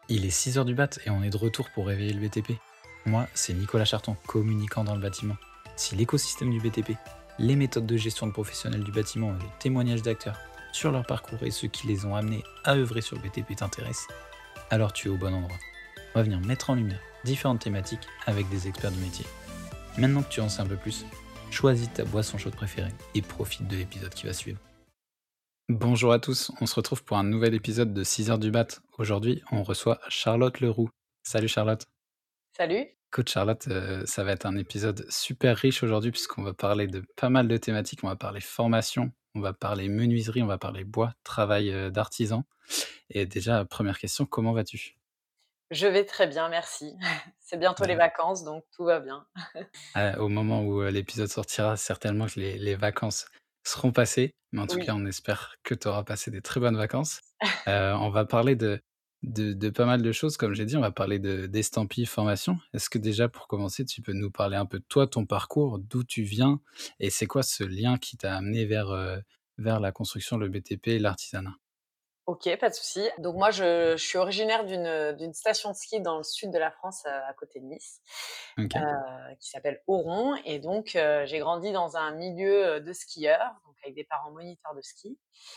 Il est 6 heures du mat et on est de retour pour réveiller le BTP. Moi, c'est Nicolas Charton, communicant dans le bâtiment. Si l'écosystème du BTP, les méthodes de gestion de professionnels du bâtiment et les témoignages d'acteurs sur leur parcours et ceux qui les ont amenés à œuvrer sur le BTP t'intéressent, alors tu es au bon endroit. On va venir mettre en lumière différentes thématiques avec des experts du métier. Maintenant que tu en sais un peu plus, choisis ta boisson chaude préférée et profite de l'épisode qui va suivre. Bonjour à tous, on se retrouve pour un nouvel épisode de 6 heures du mat. Aujourd'hui, on reçoit Charlotte Leroux. Salut Charlotte. Salut. Écoute Charlotte, ça va être un épisode super riche aujourd'hui puisqu'on va parler de pas mal de thématiques. On va parler formation, on va parler menuiserie, on va parler bois, travail, d'artisan. Et déjà, première question, comment vas-tu? Je vais très bien, merci. C'est bientôt les Heu, vacances, donc tout va bien. Au moment où, l'épisode sortira, certainement que les vacances seront passées, mais en tout Oui. cas, on espère que tu auras passé des très bonnes vacances. On va parler de pas mal de choses, comme j'ai dit, on va parler d'estampilles formation. Est-ce que déjà, pour commencer, tu peux nous parler un peu de toi, ton parcours, d'où tu viens et c'est quoi ce lien qui t'a amené vers la construction, le BTP et l'artisanat? OK, pas de souci. Donc moi, je suis originaire d'une station de ski dans le sud de la France, à côté de Nice, OK, qui s'appelle Oron et donc j'ai grandi dans un milieu, de skieurs, donc avec des parents moniteurs de ski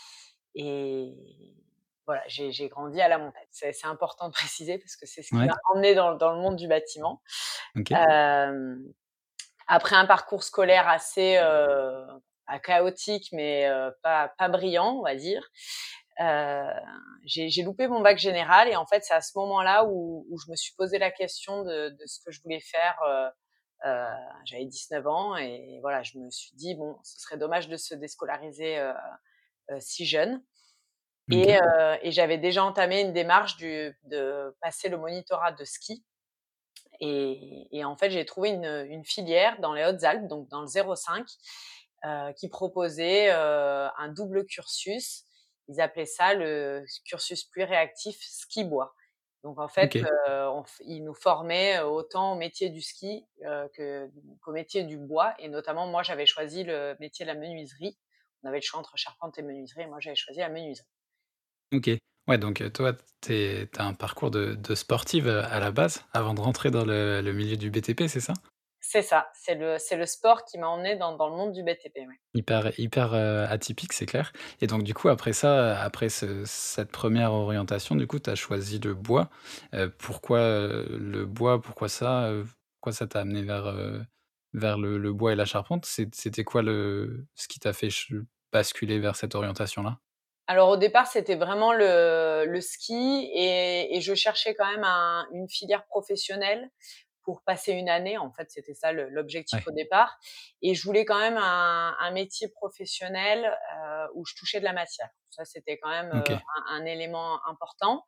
et voilà, j'ai grandi à la montagne. C'est important de préciser parce que c'est ce qui ouais, m'a emmenée dans le monde du bâtiment. OK, Hem Après un parcours scolaire assez, pas chaotique, mais pas brillant, on va dire, heu, j'ai loupé mon bac général et en fait, c'est à ce moment-là où je me suis posé la question de ce que je voulais faire, heu, j'avais 19 ans et voilà, je me suis dit: «Bon, ce serait dommage de se déscolariser, si jeune» OK, et j'avais déjà entamé une démarche de passer le monitorat de ski et en fait, j'ai trouvé une filière dans les Hautes-Alpes, donc dans le 05, qui proposait, un double cursus. Ils appelaient ça le cursus pluie réactif ski-bois. Donc en fait, OK. ils nous formaient, autant au métier du ski, qu'au métier du bois et notamment moi, j'avais choisi le métier de la menuiserie. On avait le choix entre charpente et menuiserie et moi, j'avais choisi la menuiserie. OK. Ouais, donc toi, tu as un parcours de sportive, à la base, avant de rentrer dans le milieu du BTP, c'est ça? C'est ça, c'est le sport qui m'a emmenée dans le monde du BTP, ouais. Hyper, atypique, c'est clair et donc du coup, après ça, après cette première orientation, du coup, tu as choisi le bois. Pourquoi, le bois? Pourquoi ça t'a amené vers le bois et la charpente? C'était quoi ce qui t'a fait basculer vers cette orientation-là? Alors au départ, c'était vraiment le ski et je cherchais quand même une filière professionnelle pour passer une année. En fait, c'était ça l'objectif Ouais, au départ et je voulais quand même un métier professionnel, où je touchais de la matière. Ça, c'était quand même, OK, un élément important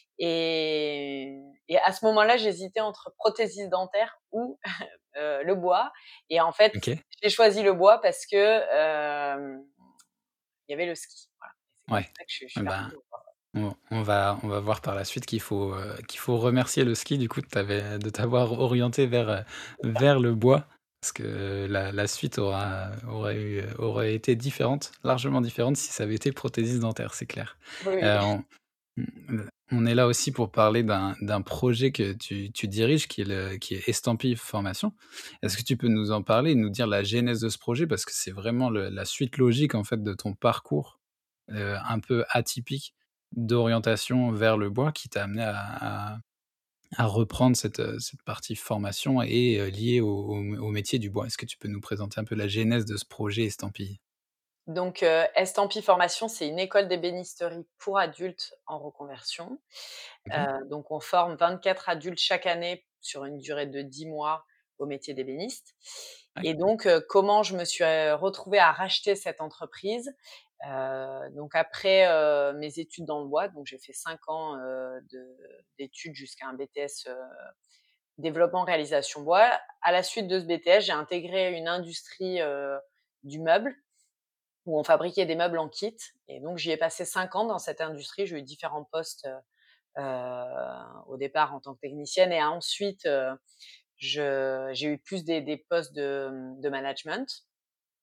et à ce moment-là, j'hésitais entre prothésiste dentaire ou, le bois et en fait, OK, j'ai choisi le bois parce que, il y avait le ski. Voilà et c'est comme ouais. ça que je Et suis partie ben, dans le bois. on va voir par la suite qu'il faut remercier le ski du coup de t'avoir orienté vers le bois. Parce que la suite aurait été différente, largement différente si ça avait été prothésiste dentaire, c'est clair. Oui, oui. On on est là aussi pour parler d'un projet que tu diriges qui est Estampille Formation. Est-ce que tu peux nous en parler et nous dire la genèse de ce projet? Parce que c'est vraiment la suite logique en fait de ton parcours, un peu atypique d'orientation vers le bois qui t'a amené à reprendre cette partie formation et liée au métier du bois. Est-ce que tu peux nous présenter un peu la genèse de ce projet Estampille? Donc, Estampille Formation, c'est une école d'ébénisterie pour adultes en reconversion. OK. Donc on forme 24 adultes chaque année sur une durée de 10 mois au métier d'ébéniste Ouais. et donc, comment je me suis, retrouvée à racheter cette entreprise? Donc après, mes études dans le bois, donc j'ai fait 5 ans, d'études jusqu'à un BTS, développement réalisation bois. À la suite de ce BTS, j'ai intégré une industrie, du meuble où on fabriquait des meubles en kit et donc j'y ai passé 5 ans dans cette industrie. J'ai eu différents postes, au départ en tant que technicienne et ensuite, j'ai eu plus des postes de management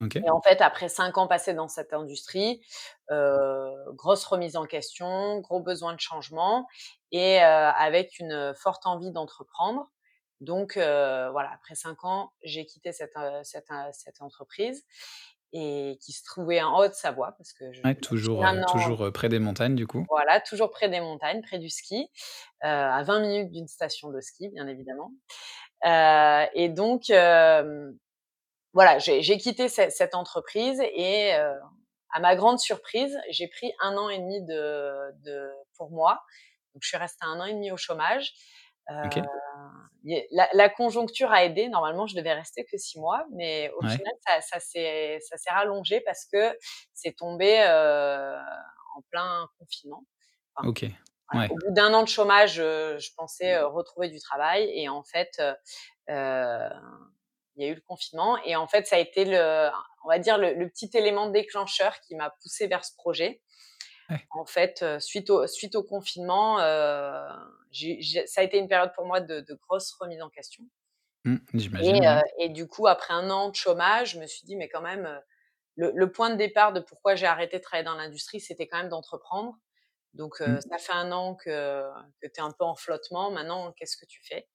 OK. Et en fait, après 5 ans passés dans cette industrie, grosse remise en question, gros besoin de changement et avec une forte envie d'entreprendre. Donc voilà, après 5 ans, j'ai quitté cette entreprise et qui se trouvait en Haute-Savoie parce que je Ouais, suis toujours, maintenant toujours, près des montagnes du coup? voilà, toujours près des montagnes, près du ski, à 20 minutes d'une station de ski, bien évidemment. Et donc voilà, j'ai quitté cette entreprise et à ma grande surprise, j'ai pris 1 an et demi pour moi. Donc je suis restée 1 an et demi au chômage. Heu, OK. la conjoncture a aidé. Normalement, je devais rester que 6 mois, mais au Ouais. final, ça s'est rallongé parce que c'est tombé, en plein confinement. Enfin, OK. voilà, Ouais. au bout d'1 an de chômage, je pensais, retrouver du travail et en fait, il y a eu le confinement et en fait, ça a été on va dire le petit élément déclencheur qui m'a poussée vers ce projet. Ouais. En fait, suite au confinement, ça a été une période pour moi de grosse remise en question et J'imagine, ouais. du coup, après 1 an de chômage, je me suis dit: «Mais quand même, le point de départ de pourquoi j'ai arrêté de travailler dans l'industrie, c'était quand même d'entreprendre. Donc Mmh. ça fait 1 an que tu es un peu en flottement. Maintenant, qu'est-ce que tu fais?»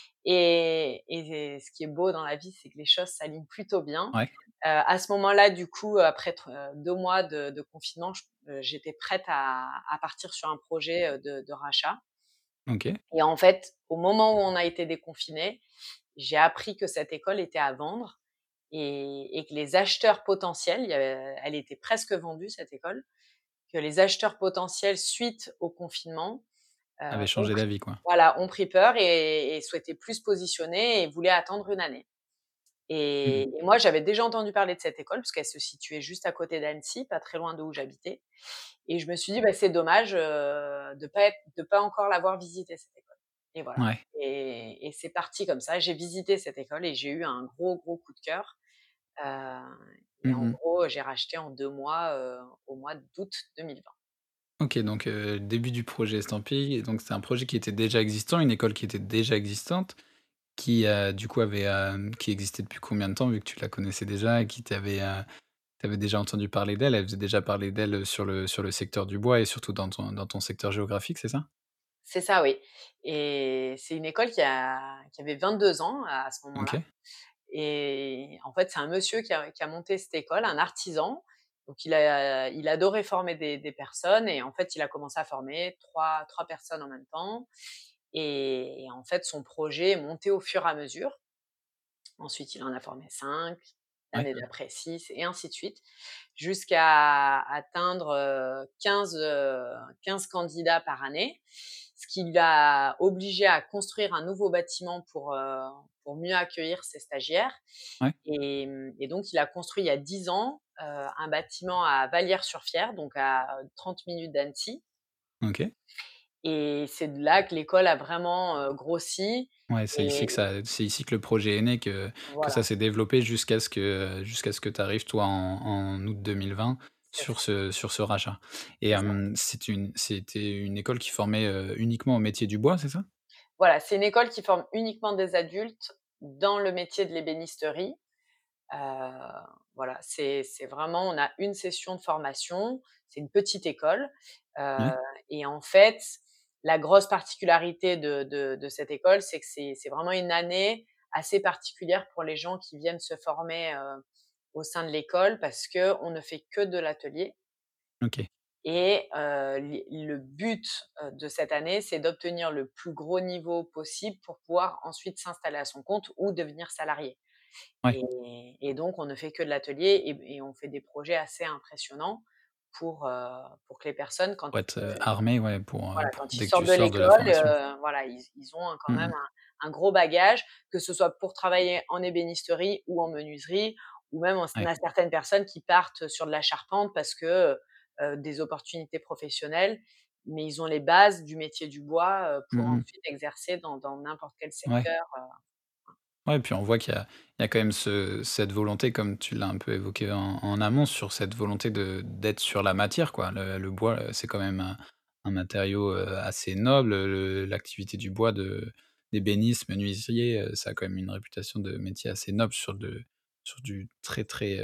Et ce qui est beau dans la vie, c'est que les choses s'alignent plutôt bien. Ouais. À ce moment-là, du coup, après 2 mois de confinement, j'étais prête à partir sur un projet, de rachat OK. et en fait, au moment où on a été déconfinés, j'ai appris que cette école était à vendre et que les acheteurs potentiels, elle était presque vendue cette école, que les acheteurs potentiels suite au confinement, Avait ont changé pris d'avis, quoi. voilà, ont pris peur et souhaitaient plus se positionner et voulaient attendre 1 année. Mmh Et mh. moi, j'avais déjà entendu parler de cette école parce qu'elle se situait juste à côté d'Annecy, pas très loin d'où j'habitais et je me suis dit: «Bah, c'est dommage, de pas encore l'avoir visitée cette école» et voilà Ouais. et c'est parti comme ça. J'ai visité cette école et j'ai eu un gros, gros coup de cœur, heu et Mmh en mh. gros, j'ai racheté en 2 mois, au mois d'août 2020. OK, donc début du projet Estampille et donc c'est un projet qui était déjà existant, une école qui était déjà existante, qui, du coup avait, qui existait depuis combien de temps vu que tu la connaissais déjà et qui tu avais déjà entendu parler d'elle? Elle faisait déjà parler d'elle, sur le secteur du bois et surtout dans ton secteur géographique, c'est ça? C'est ça, oui et c'est une école qui avait 22 ans à ce moment-là. OK. Et en fait, c'est un monsieur qui a monté cette école, un artisan. Donc il adorait former des personnes et en fait, il a commencé à former trois personnes en même temps et en fait, son projet est monté au fur et à mesure. Ensuite, il en a formé 5, Ouais. l'année d'après 6 et ainsi de suite, jusqu'à atteindre, 15 candidats par année. Ce qui l'a obligé à construire un nouveau bâtiment pour mieux accueillir ses stagiaires Ouais. et donc il a construit il y a 10 ans, un bâtiment à Vallières-sur-Fière, donc à 30 minutes d'Annecy OK. et c'est de là que l'école a vraiment, grossi Ouais, et c'est ici que le projet est né, que ça voilà, s'est développé jusqu'à ce que tu arrives toi en août 2020 c'est ça, sur ce rachat et c'est ça. c'était une école qui formait, uniquement au métier du bois, c'est ça? Voilà, c'est une école qui forme uniquement des adultes dans le métier de l'ébénisterie. Heu, voilà, c'est vraiment on a une session de formation, c'est une petite école, heu Ouais. et en fait, la grosse particularité de cette école, c'est que c'est vraiment une année assez particulière pour les gens qui viennent se former, au sein de l'école parce qu'on ne fait que de l'atelier OK. et le but, de cette année, c'est d'obtenir le plus gros niveau possible pour pouvoir ensuite s'installer à son compte ou devenir salarié. Ouais. Et donc on ne fait que de l'atelier et on fait des projets assez impressionnants pour que les personnes Pour être, armé, ouais, voilà, pour quand ils dès que tu sortent de sors de la l'école, formation. voilà, ils ont quand Mmh même mh. un gros bagage, que ce soit pour travailler en ébénisterie ou en menuiserie ou même on Ouais. a certaines personnes qui partent sur de la charpente parce que, des opportunités professionnelles, mais ils ont les bases du métier du bois, pour Mmh mh. ensuite exercer dans n'importe quel Ouais. secteur, Ouais, puis on voit qu'il y a quand même cette volonté, comme tu l'as un peu évoqué en amont, sur cette volonté d'être sur la matière, quoi. Le bois, c'est quand même un matériau, assez noble. L'activité du bois, d'ébéniste, menuisier, ça a quand même une réputation de métier assez noble sur du très, très, enfin,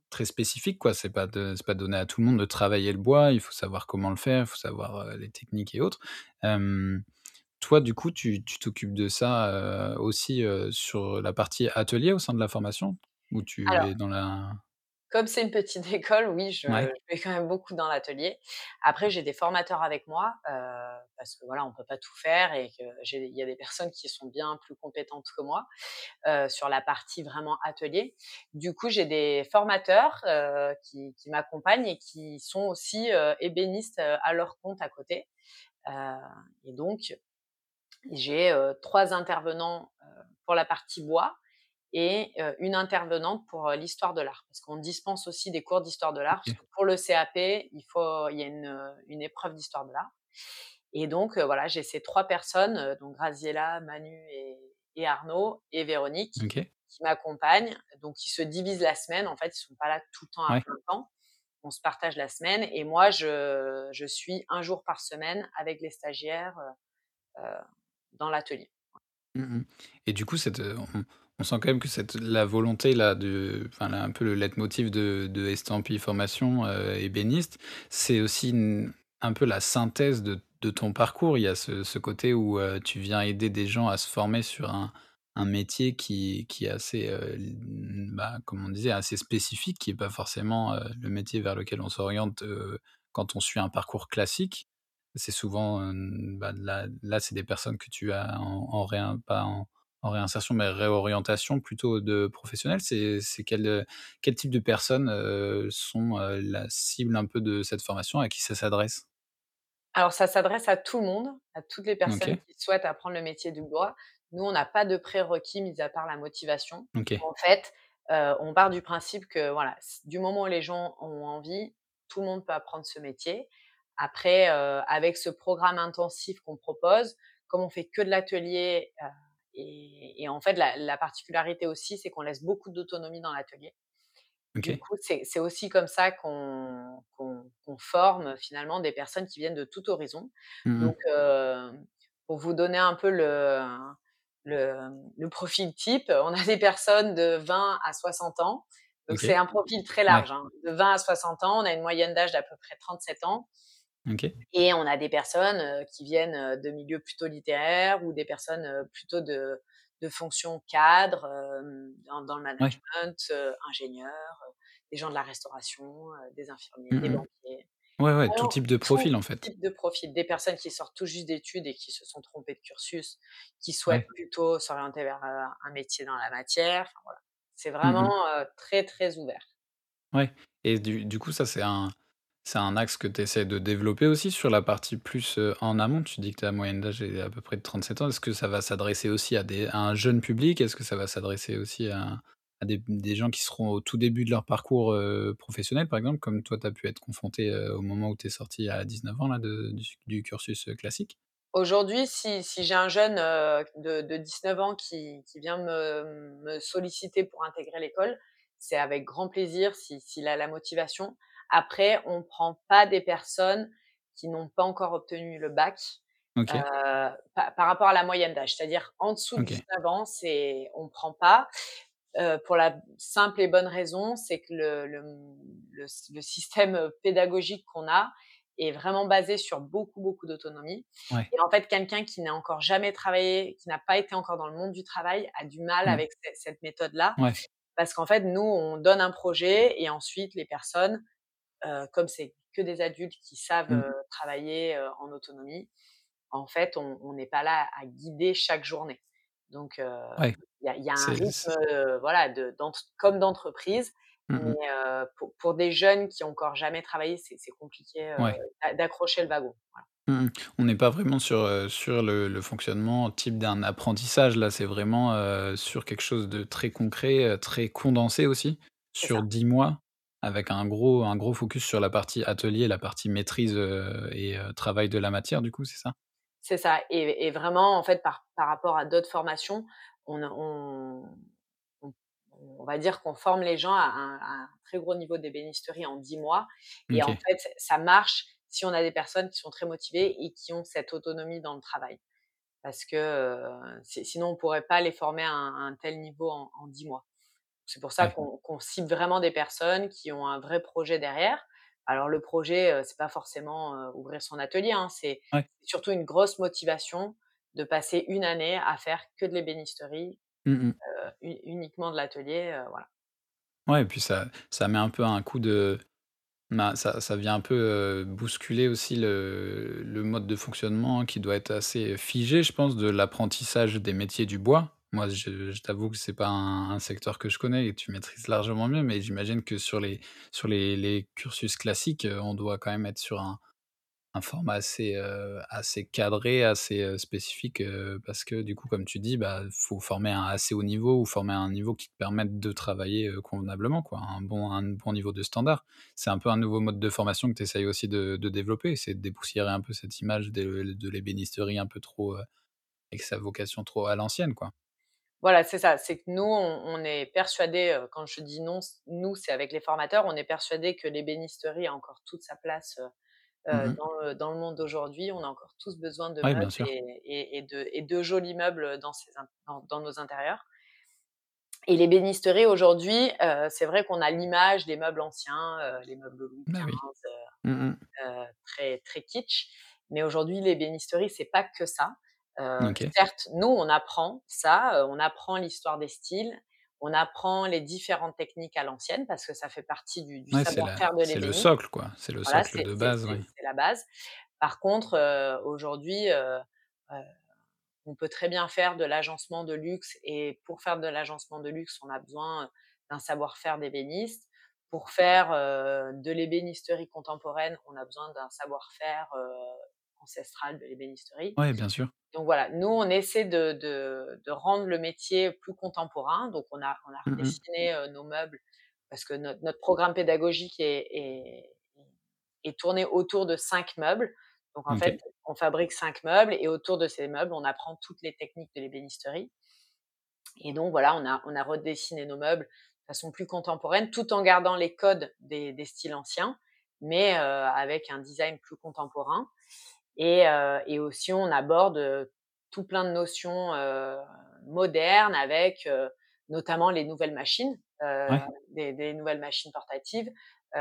très spécifique, quoi. C'est pas donné à tout le monde de travailler le bois, il faut savoir comment le faire, il faut savoir, les techniques et autres. Hem, Toi, du coup, tu t'occupes de ça, aussi, sur la partie atelier au sein de la formation? Ou tu Alors es dans la comme c'est une petite école, oui, ouais, je vais quand même beaucoup dans l'atelier. Après, j'ai des formateurs avec moi, parce que voilà, on peut pas tout faire et que il y a des personnes qui sont bien plus compétentes que moi, sur la partie vraiment atelier. Du coup, j'ai des formateurs, qui m'accompagnent et qui sont aussi, ébénistes, à leur compte à côté. Heu et donc j'ai, 3 intervenants, pour la partie bois et une intervenante pour, l'histoire de l'art. Parce qu'on dispense aussi des cours d'histoire de l'art, parce OK, que pour le CAP, il y a une épreuve d'histoire de l'art et donc voilà, j'ai ces 3 personnes, donc Graziella, Manu et Arnaud et Véronique OK, qui m'accompagnent. Donc ils se divisent la semaine, en fait, ils sont pas là tout le temps à ouais. plein temps. On se partage la semaine et moi je suis un jour par semaine avec les stagiaires, dans l'atelier. Mmh mh. Et du coup, on sent quand même que la volonté là enfin là, un peu le leitmotiv de Estampille Formation, ébéniste, c'est aussi un peu la synthèse de ton parcours. Il y a ce côté où, tu viens aider des gens à se former sur un métier qui est assez, bah, comme on disait, assez spécifique, qui est pas forcément, le métier vers lequel on s'oriente, quand on suit un parcours classique. C'est souvent, bah, là, c'est des personnes que tu as en pas en réinsertion, mais réorientation plutôt de professionnels. C'est quel type de personnes, sont, la cible un peu de cette formation? À qui ça s'adresse? Alors ça s'adresse à tout le monde, à toutes les personnes OK, qui souhaitent apprendre le métier du bois. Nous, on n'a pas de prérequis mis à part la motivation. OK, En fait, on part du principe que voilà, du moment où les gens ont envie, tout le monde peut apprendre ce métier. Après, avec ce programme intensif qu'on propose, comme on fait que de l'atelier, et en fait la particularité aussi, c'est qu'on laisse beaucoup d'autonomie dans l'atelier. Du OK. coup, c'est aussi comme ça qu'on forme finalement des personnes qui viennent de tout horizon. Mmh Donc, mh. pour vous donner un peu le profil type, on a des personnes de 20 à 60 ans. Donc c'est OK. un profil très Ouais, large, hein. De 20 à 60 ans, on a une moyenne d'âge d'à peu près 37 ans OK. et on a des personnes, qui viennent, de milieux plutôt littéraires ou des personnes, plutôt de fonctions cadres, dans le Ouais. management, ingénieurs, des gens de la restauration, des infirmiers, Mmh des mh. banquiers. Ouais, ouais, tout Vraiment type de tout profil, en fait. type de profil. Des personnes qui sortent tout juste d'études et qui se sont trompées de cursus, qui souhaitent Ouais. plutôt s'orienter vers, un métier dans la matière, enfin voilà. C'est Mmh vraiment, mh. très, très ouvert. Ouais. Et du coup, ça, c'est un axe que tu essaies de développer aussi sur la partie plus, en amont? Tu dis que ta moyenne d'âge est à peu près de 37 ans. Est-ce que ça va s'adresser aussi à un jeune public? Est-ce que ça va s'adresser aussi à des gens qui seront au tout début de leur parcours, professionnel, par exemple, comme toi, tu as pu être confronté, au moment où tu es sorti à 19 ans là du cursus, classique? Aujourd'hui, si j'ai un jeune, de 19 ans qui vient me solliciter pour intégrer l'école, c'est avec grand plaisir s'il a la motivation. Après, on prend pas des personnes qui n'ont pas encore obtenu le bac, OK, par rapport à la moyenne d'âge. C'est-à-dire en dessous de OK, 19 ans, on prend pas, pour la simple et bonne raison, c'est que le système, pédagogique qu'on a est vraiment basé sur beaucoup, beaucoup d'autonomie ouais, et en fait, quelqu'un qui n'a encore jamais travaillé, qui n'a pas été encore dans le monde du travail, a du mal mmh, avec cette méthode-là. ouais, Parce qu'en fait, nous, on donne un projet et ensuite les personnes, comme c'est que des adultes qui savent, mmh, travailler, en autonomie, en fait, on n'est pas là à guider chaque journée. Donc, ouais, il y a un c'est rythme, voilà, comme d'entreprise, mmh mais, mh, pour des jeunes qui ont encore jamais travaillé, c'est compliqué, ouais. d'accrocher le wagon. Voilà, Mmh mh. On n'est pas vraiment sur le fonctionnement type d'un apprentissage, là, c'est vraiment, sur quelque chose de très concret, très condensé aussi, c'est sur ça. 10 mois, avec un gros focus sur la partie atelier, la partie maîtrise, et travail de la matière, du coup, c'est ça? C'est ça et vraiment, en fait, par rapport à d'autres formations, on a on on va dire qu'on forme les gens à un très gros niveau d'ébénisterie en 10 mois et en OK, fait, ça marche si on a des personnes qui sont très motivées et qui ont cette autonomie dans le travail. Parce que, sinon on pourrait pas les former à un tel niveau en 10 mois. C'est pour ça Ouais. qu'on cible vraiment des personnes qui ont un vrai projet derrière. Alors le projet, c'est pas forcément, ouvrir son atelier, hein, Ouais. c'est surtout une grosse motivation de passer une année à faire que de l'ébénisterie, Mmh mh. uniquement de l'atelier, voilà. Ouais et puis ça met un peu un coup de bah, ça vient un peu, bousculer aussi le mode de fonctionnement qui doit être assez figé, je pense, de l'apprentissage des métiers du bois. Moi, je t'avoue que c'est pas un secteur que je connais et tu maîtrises largement mieux, mais j'imagine que sur les cursus classiques, on doit quand même être sur un format assez cadré, assez, spécifique, parce que du coup, comme tu dis, bah, faut former à un assez haut niveau ou former à un niveau qui te permette de travailler, convenablement quoi, un bon niveau de standard. C'est un peu un nouveau mode de formation que tu essayes aussi de développer, c'est de dépoussiérer un peu cette image de l'ébénisterie un peu trop, avec sa vocation trop à l'ancienne, quoi. Voilà, c'est ça, c'est que nous, on est persuadés, quand je dis non, nous, c'est avec les formateurs, on est persuadés que l'ébénisterie a encore toute sa place, Mmh mh. dans le monde d'aujourd'hui. On a encore tous besoin de Ouais, bien meubles sûr. et de jolis meubles dans nos intérieurs. Et l'ébénisterie aujourd'hui, c'est vrai qu'on a l'image des meubles anciens, les meubles Louis Bah oui. XV, Mmh mh. très très kitsch. Mais aujourd'hui, l'ébénisterie, c'est pas que ça. OK. Certes, nous, on apprend ça, on apprend l'histoire des styles, on apprend les différentes techniques à l'ancienne parce que ça fait partie du Ouais, c'est la savoir-faire de c'est le l'ébéniste. socle, quoi. C'est le Voilà, socle de base, ouais. c'est la base. Par contre, aujourd'hui, heu, on peut très bien faire de l'agencement de luxe et pour faire de l'agencement de luxe, on a besoin, d'un savoir-faire d'ébéniste. Pour faire, de l'ébénisterie contemporaine, on a besoin d'un savoir-faire, ancestral de l'ébénisterie. Ouais, bien sûr. Donc voilà, nous, on essaie de rendre le métier plus contemporain. Donc on a Mmh mh. redessiné, nos meubles parce que notre programme pédagogique est tourné autour de 5 meubles. Donc en fait, OK. on fabrique 5 meubles et autour de ces meubles, on apprend toutes les techniques de l'ébénisterie et donc voilà, on a redessiné nos meubles de façon plus contemporaine, tout en gardant les codes des styles anciens, mais avec un design plus contemporain et aussi on aborde, tout plein de notions, modernes avec, notamment les nouvelles machines, Ouais. des nouvelles machines portatives.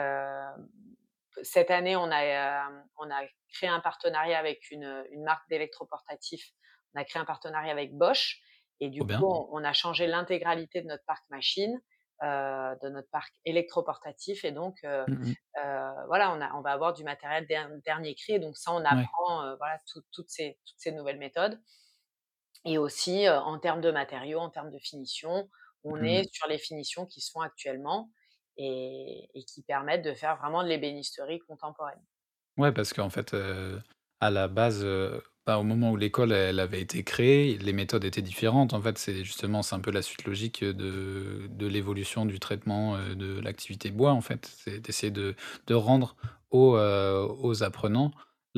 Cette année, on a créé un partenariat avec une marque d'électroportatifs. On a créé un partenariat avec Bosch et du Trop coup, bien. on a changé l'intégralité de notre parc machine, de notre parc électroportatif et donc Mmh mh. voilà, on va avoir du matériel dernier cri et donc ça, on Ouais. apprend, voilà, toutes ces nouvelles méthodes et aussi, en termes de matériaux, en termes de finition, on Mmh est mh. sur les finitions qui se font actuellement et qui permettent de faire vraiment de l'ébénisterie contemporaine. Ouais, parce qu'en fait, à la base, bah, au moment où l'école, elle avait été créée, les méthodes étaient différentes. En fait, c'est un peu la suite logique, de l'évolution du traitement, de l'activité bois, en fait. C'est d'essayer de rendre aux apprenants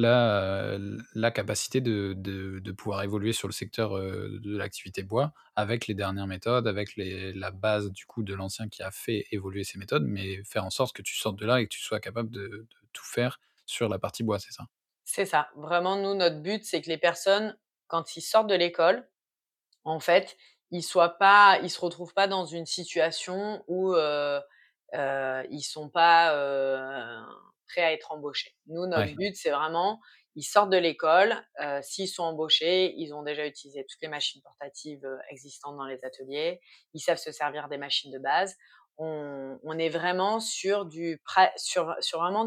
la capacité de pouvoir évoluer sur le secteur, de l'activité bois avec les dernières méthodes, avec la base, du coup, de l'ancien qui a fait évoluer ces méthodes, mais faire en sorte que tu sortes de là et que tu sois capable de tout faire sur la partie bois, c'est ça? C'est ça. Vraiment, nous, notre but, c'est que les personnes, quand ils sortent de l'école, en fait, ils se retrouvent pas dans une situation où, ils sont pas, prêts à être embauchés. Nous, notre Ouais. but, c'est vraiment, ils sortent de l'école, s'ils sont embauchés, ils ont déjà utilisé toutes les machines portatives, existantes dans les ateliers. Ils savent se servir des machines de base. On est vraiment sur du pra sur vraiment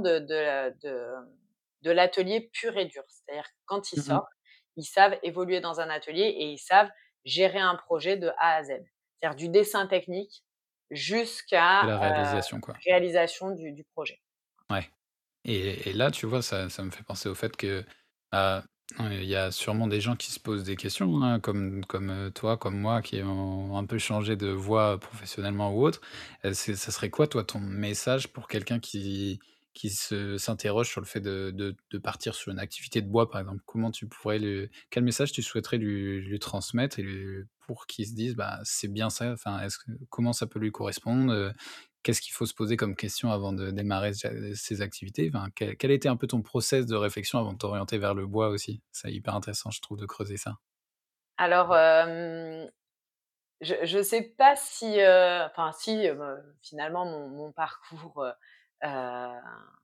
de l'atelier pur et dur. C'est-à-dire que quand ils Mmh mh. sortent, ils savent évoluer dans un atelier et ils savent gérer un projet de A à Z. C'est-à-dire du dessin technique De jusqu'à, la réalisation, quoi. réalisation du projet. Ouais. Et là, tu vois, ça me fait penser au fait que, bah, il y a sûrement des gens qui se posent des questions, hein, comme, toi, comme moi, qui ont un peu changé de voie professionnellement ou autre. Ça serait quoi, toi, ton message pour quelqu'un qui s'interroge sur le fait de partir sur une activité de bois, par exemple? Comment tu pourrais le quel message tu souhaiterais lui transmettre et pour qu'il se dise: «Bah, c'est bien ça», enfin, comment ça peut lui correspondre? Qu'est-ce qu'il faut se poser comme question avant de démarrer ces activités? Enfin, quel était un peu ton process de réflexion avant de t'orienter vers le bois aussi? C'est hyper intéressant, je trouve, de creuser ça. Alors, je sais pas si, enfin si, finalement mon parcours, heu,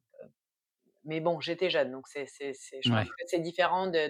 mais bon, j'étais jeune, donc c'est je pense Ouais, que c'est différent de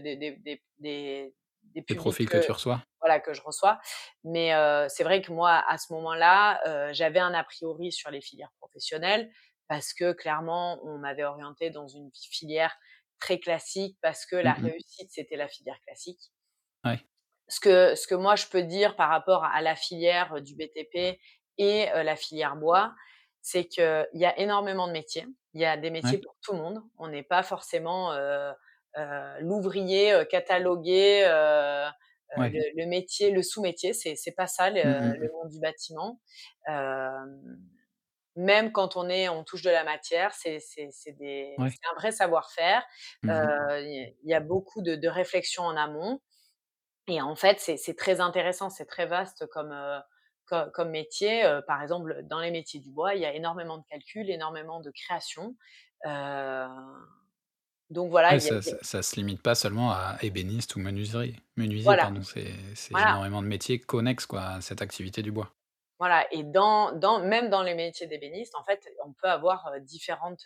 des les publics profils que tu reçois? voilà, que je reçois. Mais c'est vrai que moi, à ce moment-là, j'avais un a priori sur les filières professionnelles parce que clairement, on m'avait orientée dans une filière très classique parce que la Mmh mh. réussite, c'était la filière classique. Ouais. Ce que moi je peux dire par rapport à la filière, du BTP et la filière bois, c'est qu'il y a énormément de métiers. Il y a des métiers Ouais. pour tout le monde. On n'est pas forcément, l'ouvrier, catalogué, Ouais. le métier, le sous-métier, c'est pas ça Mmh mh, le mmh. monde du bâtiment. Hem, Même quand on touche de la matière, Ouais. c'est un vrai savoir-faire. Mmh mh. Il y a beaucoup de réflexion en amont et en fait, c'est très intéressant, c'est très vaste comme métier. Par exemple, dans les métiers du bois, il y a énormément de calculs, énormément de création. Heu, donc voilà, Ouais, il y a ça se limite pas seulement à ébéniste ou menuisier, voilà, pardon, c'est voilà, énormément de métiers connexes, quoi, à cette activité du bois. voilà et dans même dans les métiers d'ébéniste, en fait, on peut avoir, différentes,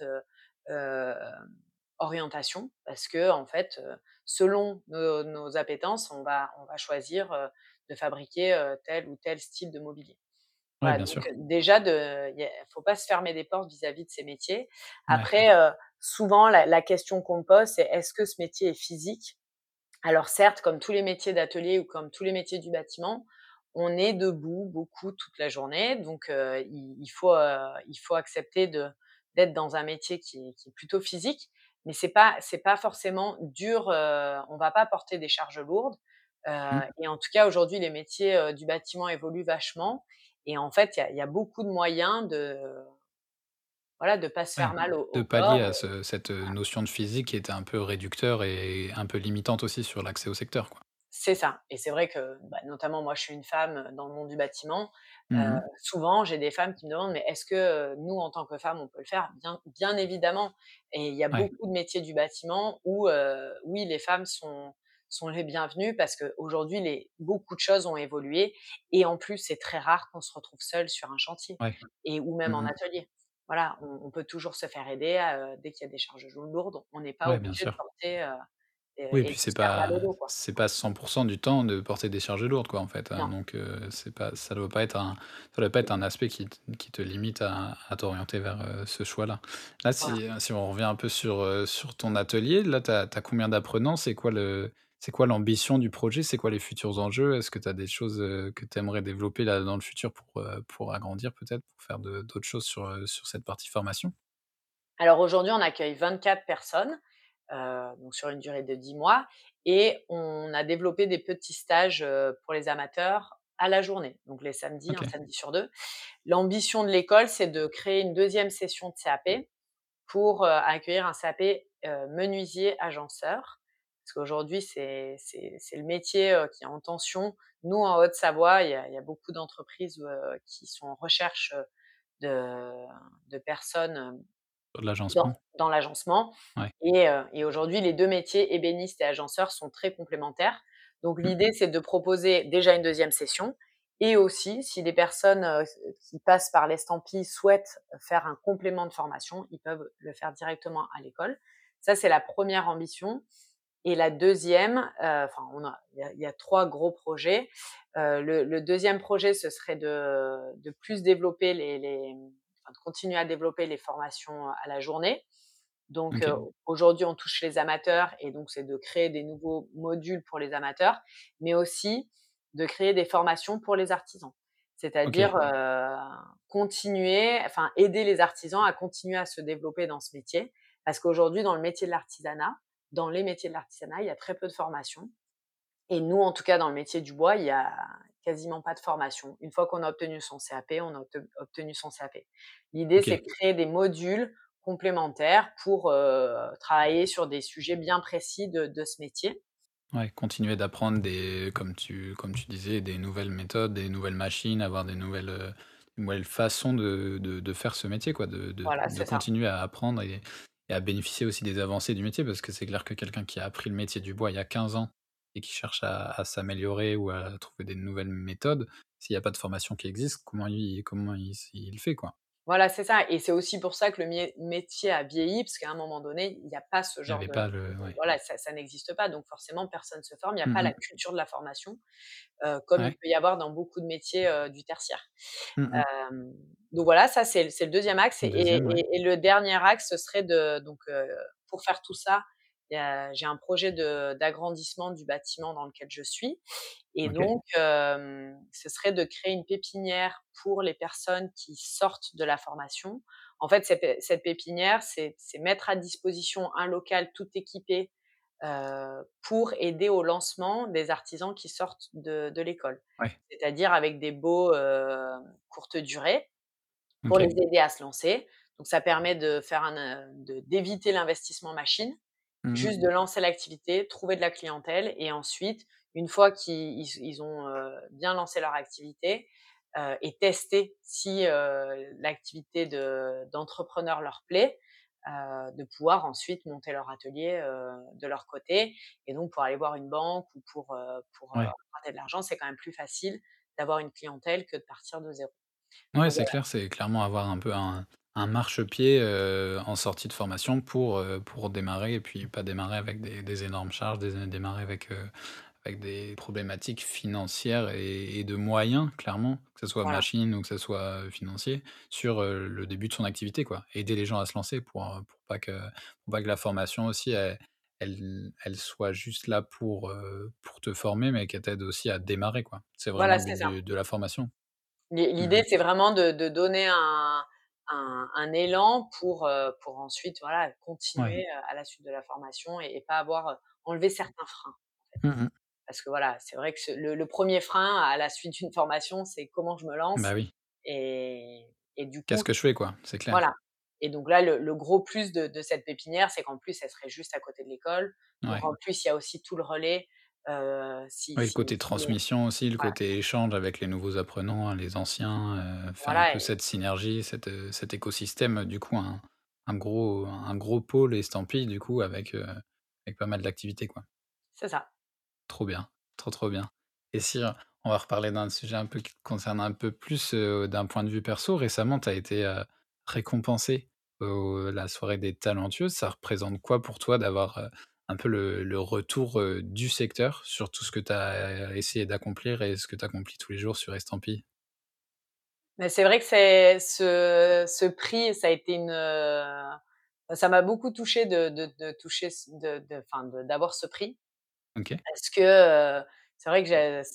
orientations parce qu'en fait, selon nos appétences, on va choisir, de fabriquer, tel ou tel style de mobilier. Ouais, Voilà, bien donc sûr. déjà il faut pas se fermer des portes vis-à-vis de ces métiers. Ouais. Après, souvent la question qu'on me pose, c'est: «Est-ce que ce métier est physique?» Alors certes, comme tous les métiers d'atelier ou comme tous les métiers du bâtiment, on est debout beaucoup toute la journée, donc il faut accepter d'être dans un métier qui est plutôt physique, mais c'est pas forcément dur, on va pas porter des charges lourdes, Mmh. et en tout cas aujourd'hui les métiers, du bâtiment évoluent vachement et en fait il y a beaucoup de moyens de, voilà, de pas se Ouais, faire mal au de au pallier corps. à cette, notion de physique qui était un peu réducteur et un peu limitante aussi sur l'accès au secteur, quoi. C'est ça et c'est vrai que, bah, notamment moi je suis une femme, dans le monde du bâtiment, Mmh mh. souvent j'ai des femmes qui me demandent: «Mais est-ce que, nous en tant que femmes on peut le faire?» Bien évidemment et il y a Ouais, beaucoup de métiers du bâtiment où, oui les femmes sont les bienvenues parce qu'aujourd'hui beaucoup de choses ont évolué et en plus c'est très rare qu'on se retrouve seul sur un chantier ouais. et ou même en Mmh mh. atelier. Voilà, on peut toujours se faire aider, dès qu'il y a des charges lourdes, on n'est pas Ouais, bien obligé de sûr. porter, Oui, et et puis de se faire mal au dos quoi. c'est pas 100 du temps de porter des charges lourdes, quoi, en fait, Non. donc c'est pas ça doit pas être un aspect qui te limite à t'orienter vers, ce choix-là. Là, Voilà. si on revient un peu sur ton atelier, là, tu as combien d'apprenants? C'est quoi l'ambition du projet? C'est quoi les futurs enjeux? Est-ce que tu as des choses, que tu aimerais développer là, dans le futur pour agrandir peut-être, pour faire d'autres choses sur cette partie formation? Alors aujourd'hui, on accueille 24 personnes, donc sur une durée de 10 mois et on a développé des petits stages, pour les amateurs à la journée, donc les samedis, un OK, samedi sur 2. L'ambition de l'école, c'est de créer une deuxième session de CAP pour, accueillir un CAP, menuisier agenceur. Parce qu'aujourd'hui, c'est le métier, qui est en tension. Nous, en Haute-Savoie, il y a beaucoup d'entreprises, qui sont en recherche, de personnes, de l'agencement? dans l'agencement Ouais. et aujourd'hui, les 2 métiers, ébéniste et agenceur, sont très complémentaires. Donc Mmh. l'idée, c'est de proposer déjà une deuxième session et aussi, si des personnes, qui passent par l'estampille souhaitent faire un complément de formation, ils peuvent le faire directement à l'école. Ça, c'est la première ambition et la deuxième, enfin, il y a 3 gros projets. Le 2e projet, ce serait de plus développer enfin, de continuer à développer les formations à la journée. Donc, OK. aujourd'hui, on touche les amateurs et donc c'est de créer des nouveaux modules pour les amateurs, mais aussi de créer des formations pour les artisans. C'est-à-dire, OK. continuer enfin aider les artisans à continuer à se développer dans ce métier. Parce qu'aujourd'hui, dans les métiers de l'artisanat, il y a très peu de formations et nous, en tout cas, dans le métier du bois, il y a quasiment pas de formation. Une fois qu'on a obtenu son CAP, on a obtenu son CAP. L'idée, c'est OK. de créer des modules complémentaires pour, travailler sur des sujets bien précis de ce métier. Ouais, continuer d'apprendre comme tu disais, des nouvelles méthodes, des nouvelles machines, avoir des nouvelles façons de faire ce métier, quoi, Voilà, de c'est ça. continuer à apprendre et à bénéficier aussi des avancées du métier. Parce que c'est clair que quelqu'un qui a appris le métier du bois il y a 15 ans et qui cherche à s'améliorer ou à trouver des nouvelles méthodes, s'il y a pas de formation qui existe, comment il fait, quoi? Voilà, c'est ça et c'est aussi pour ça que le métier a vieilli, parce qu'à un moment donné, il y a pas ce Il y genre avait de pas le ouais. voilà, ça n'existe pas, donc forcément personne se forme. Il y a pas Mmh la mh. culture de la formation, comme il Ouais. peut y avoir dans beaucoup de métiers, du tertiaire. Mmh mh. Hem, donc voilà, ça c'est le 2e axe et 2e, ouais. le dernier axe, ce serait pour faire tout ça, j'ai un projet d'agrandissement du bâtiment dans lequel je suis et OK. donc ce serait de créer une pépinière pour les personnes qui sortent de la formation. En fait, cette pépinière, c'est mettre à disposition un local tout équipé, pour aider au lancement des artisans qui sortent de l'école. Ouais. C'est-à-dire avec des baux, courte durée pour les OK. aider à se lancer. Donc ça permet de faire d'éviter l'investissement machine, Mmh mh. juste de lancer l'activité, trouver de la clientèle et ensuite, une fois qu'ils ont, bien lancé leur activité, et testé si, l'activité d'entrepreneur leur plaît, de pouvoir ensuite monter leur atelier, de leur côté et donc pour aller voir une banque ou pour Ouais. emprunter de l'argent, c'est quand même plus facile d'avoir une clientèle que de partir de zéro. Ouais, Donc c'est voilà, clair, c'est clairement avoir un peu un marchepied, en sortie de formation pour démarrer et puis pas démarrer avec des énormes charges, démarrer avec des problématiques financières et de moyens clairement, que ce soit voilà. machine ou que ce soit, financier, sur, le début de son activité, quoi. Aider les gens à se lancer pour pas que la formation aussi elle soit juste là pour te former, mais qu'elle t'aide aussi à démarrer, quoi. C'est vraiment Voilà, le c'est but ça. de la formation. Mmh L'idée, mh. c'est vraiment de donner un élan pour ensuite, voilà, Ouais. continuer, à la suite de la formation et pas avoir, enlever certains freins, en fait. Mmh mh. Parce que voilà, c'est vrai que le 1er frein à la suite d'une formation, c'est comment je me Bah lance oui. et du Qu'est-ce coup que je fais, quoi? C'est clair. voilà et donc là, le gros plus de cette pépinière, c'est qu'en plus, elle serait juste à côté de l'école. Donc Ouais. en plus, il y a aussi tout le relais, Oui, le côté si transmission aussi, le voilà, côté échange avec les nouveaux apprenants, les anciens, faire un voilà peu cette synergie, cet écosystème, du coup, un gros pôle estampille, du coup, avec pas mal d'activités, quoi. c'est ça. Trop bien, trop, trop bien. Et si, on va reparler d'un sujet un peu qui te concerne un peu plus, d'un point de vue perso. Récemment, tu as été, récompensé au la soirée des talentueuses. Ça représente quoi pour toi d'avoir, un peu le retour, du secteur sur tout ce que tu as essayé d'accomplir et ce que tu accomplis tous les jours sur Estampille? Mais c'est vrai que c'est ce prix, ça a été ça m'a beaucoup touchée de toucher ce de enfin, d'avoir ce prix OK. parce que, c'est vrai que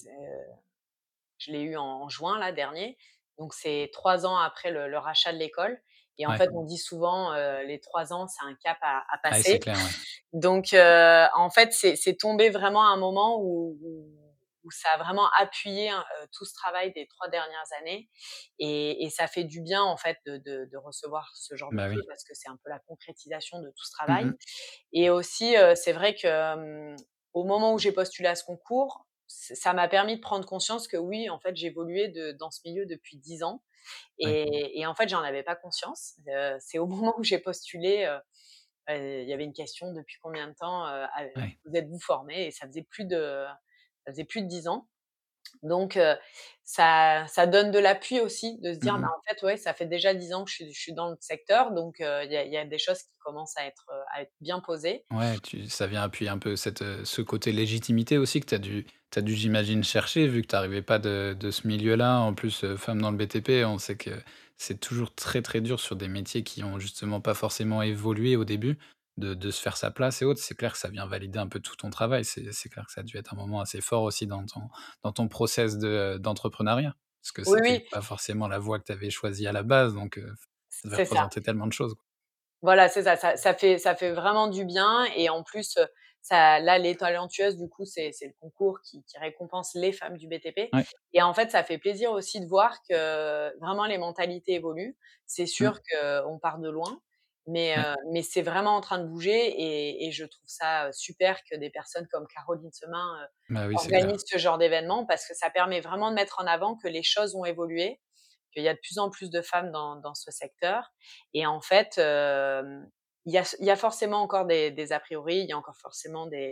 je l'ai eu en juin là dernier, donc c'est 3 ans après le rachat de l'école et en Ouais. fait, on dit souvent, les 3 ans, c'est un cap à Ah oui, c'est passer. clair, ouais. Donc en fait, c'est tombé vraiment à un moment où ça a vraiment appuyé, hein, tout ce travail des 3 dernières années et ça fait du bien en fait de recevoir ce genre de Bah prix oui. parce que c'est un peu la concrétisation de tout ce Mmh travail mh. et aussi, c'est vrai que, au moment où j'ai postulé à ce concours, ça m'a permis de prendre conscience que oui, en fait, j'évoluais dans ce milieu depuis 10 ans Ouais. et en fait, j'en avais pas conscience. C'est au moment où j'ai postulé, il y avait une question: «Depuis combien de temps, Ouais. vous êtes-vous formé?» et ça faisait plus de 10 ans. Donc ça donne de l'appui aussi de se Mmh dire: «Bah, mh. en fait, ouais, ça fait déjà 10 ans que je suis dans le secteur donc il y a des choses qui commencent à être bien posées». Ouais, ça vient appuyer un peu ce côté légitimité aussi que tu as dû, j'imagine, chercher vu que tu arrivais pas de ce milieu-là. En plus, femme dans le BTP, on sait que c'est toujours très, très dur sur des métiers qui ont justement pas forcément évolué au début, de se faire sa place et autres. C'est clair que ça vient valider un peu tout ton travail. C'est clair que ça a dû être un moment assez fort aussi dans ton process d'entrepreneuriat. Parce que Oui, c'était oui, pas forcément la voie que tu avais choisie à la base, donc ça devait c'est ça. représenter tellement de choses, quoi. Voilà, c'est ça, ça fait vraiment du bien et en plus, ça là, les talentueuses, du coup, c'est le concours qui récompense les femmes du BTP Ouais, et en fait, ça fait plaisir aussi de voir que vraiment les mentalités évoluent. C'est mmh, sûr qu'on part de loin, ouais. mais c'est vraiment en train de bouger et je trouve ça, super que des personnes comme Caroline Semin, Bah oui, c'est clair. organisent ce genre d'événement parce que ça permet vraiment de mettre en avant que les choses ont évolué, qu'il y a de plus en plus de femmes dans ce secteur et en fait, il y a forcément encore des a priori, il y a encore forcément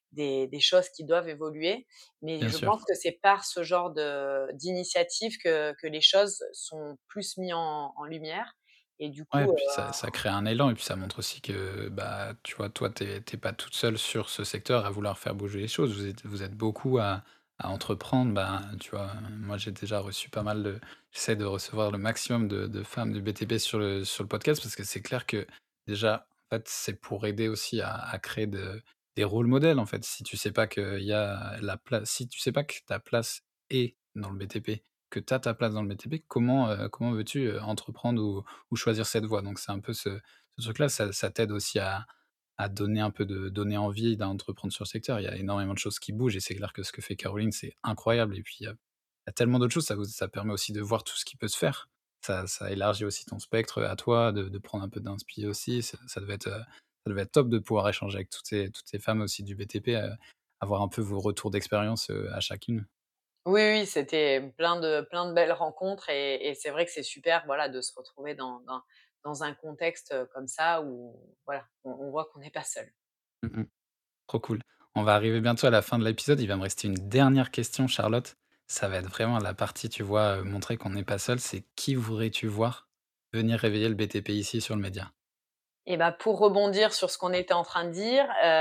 des choses qui doivent évoluer. Mais Bien je sûr. pense que c'est par ce genre d'initiative que les choses sont plus mis en lumière et du Ouais, coup, puis ça crée un élan et puis ça montre aussi que, bah, tu vois, toi, t'es pas toute seule sur ce secteur à vouloir faire bouger les choses. Vous êtes beaucoup à entreprendre. Bah, tu vois, moi, j'ai déjà reçu pas mal de j'essaie de recevoir le maximum de femmes du BTP sur le podcast parce que c'est clair que déjà, en fait, c'est pour aider aussi à créer des rôles modèles, en fait. Si tu sais pas qu'il y a la place si tu sais pas que ta place est dans le BTP, que tu as ta place dans le BTP, comment veux-tu, entreprendre ou choisir cette voie. Donc c'est un peu ce truc-là, ça t'aide aussi à donner un peu donner envie d'entreprendre sur le secteur. Il y a énormément de choses qui bougent et c'est clair que ce que fait Caroline, c'est incroyable et puis il y a tellement d'autres choses, ça permet aussi de voir tout ce qui peut se faire. Ça élargit aussi ton spectre, à toi, de prendre un peu d'inspi aussi. Ça devait être top de pouvoir échanger avec toutes ces femmes aussi du BTP, avoir un peu vos retours d'expérience, à chacune. oui, oui, c'était plein de belles rencontres et c'est vrai que c'est super, voilà, de se retrouver dans un contexte, comme ça où voilà, on voit qu'on n'est pas seul. Mmh mh. Trop cool. On va arriver bientôt à la fin de l'épisode. Il va me rester une dernière question, Charlotte. Ça va être vraiment la partie, tu vois, montrer qu'on n'est pas seul. C'est qui voudrais-tu voir venir réveiller le BTP ici sur le média? Et bah, pour rebondir sur ce qu'on était en train de dire,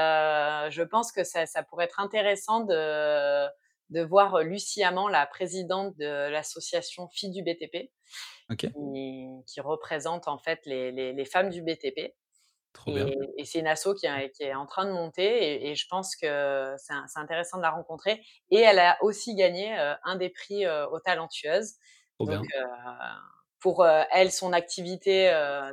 je pense que ça pourrait être intéressant de voir Lucie Amand, la présidente de l'association Filles du BTP, OK, qui représente en fait les femmes du BTP. trop bien. Et c'est une asso qui est en train de monter et je pense que c'est intéressant de la rencontrer et elle a aussi gagné, un des prix, aux Talentueuses. Trop Donc bien. pour, elle, son activité,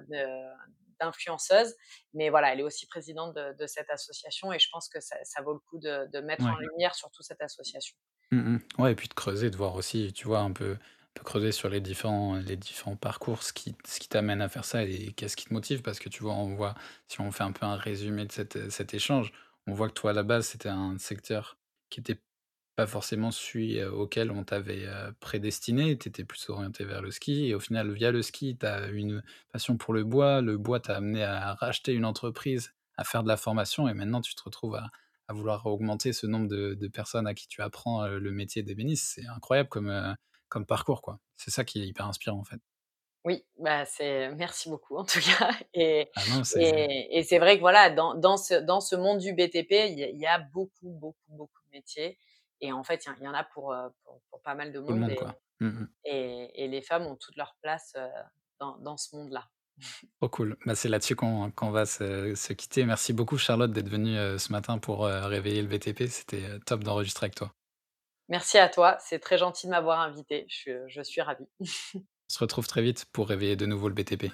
d'influenceuse, mais voilà, elle est aussi présidente de cette association et je pense que ça vaut le coup de mettre en Ouais. lumière surtout cette association. Mmh mh. Ouais et puis de creuser, de voir aussi, tu vois, un peu creuser sur les différents parcours, ce qui t'amène à faire ça et qu'est-ce qui te motive? Parce que tu vois, on voit si on fait un peu un résumé de cet échange, on voit que toi, à la base, c'était un secteur qui était pas forcément celui, auquel on t'avait, prédestiné. Tu étais plus orienté vers le ski et au final, via le ski, tu as une passion pour le bois. Le bois t'a amené à racheter une entreprise, à faire de la formation et maintenant tu te retrouves à vouloir augmenter ce nombre de personnes à qui tu apprends, le métier d'ébéniste. C'est incroyable comme parcours, quoi. C'est ça qui est hyper inspirant, en fait. Oui, bah, merci beaucoup en tout cas et Ah non, et c'est vrai que voilà, dans ce monde du BTP, il y a beaucoup, beaucoup, beaucoup de métiers et en fait, il y en a pour pas mal de tout le monde monde, et quoi. Mmh mh. et et les femmes ont toute leur place, dans ce monde-là. Trop cool. Bah, c'est là-dessus qu'on va se quitter. Merci beaucoup Charlotte d'être venue, ce matin pour, réveiller le BTP. C'était, top d'enregistrer avec toi. Merci à toi, c'est très gentil de m'avoir invitée, je suis ravie. On se retrouve très vite pour réveiller de nouveau le BTP.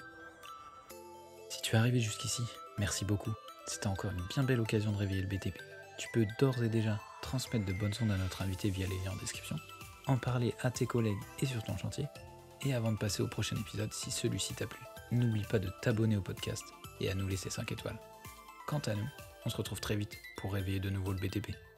Si tu es arrivé jusqu'ici, merci beaucoup. C'était encore une bien belle occasion de réveiller le BTP. Tu peux d'ores et déjà transmettre de bonnes ondes à notre invité via les liens en description, en parler à tes collègues et sur ton chantier, et avant de passer au prochain épisode, si celui-ci t'a plu, n'oublie pas de t'abonner au podcast et à nous laisser 5 étoiles. Quant à nous, on se retrouve très vite pour réveiller de nouveau le BTP.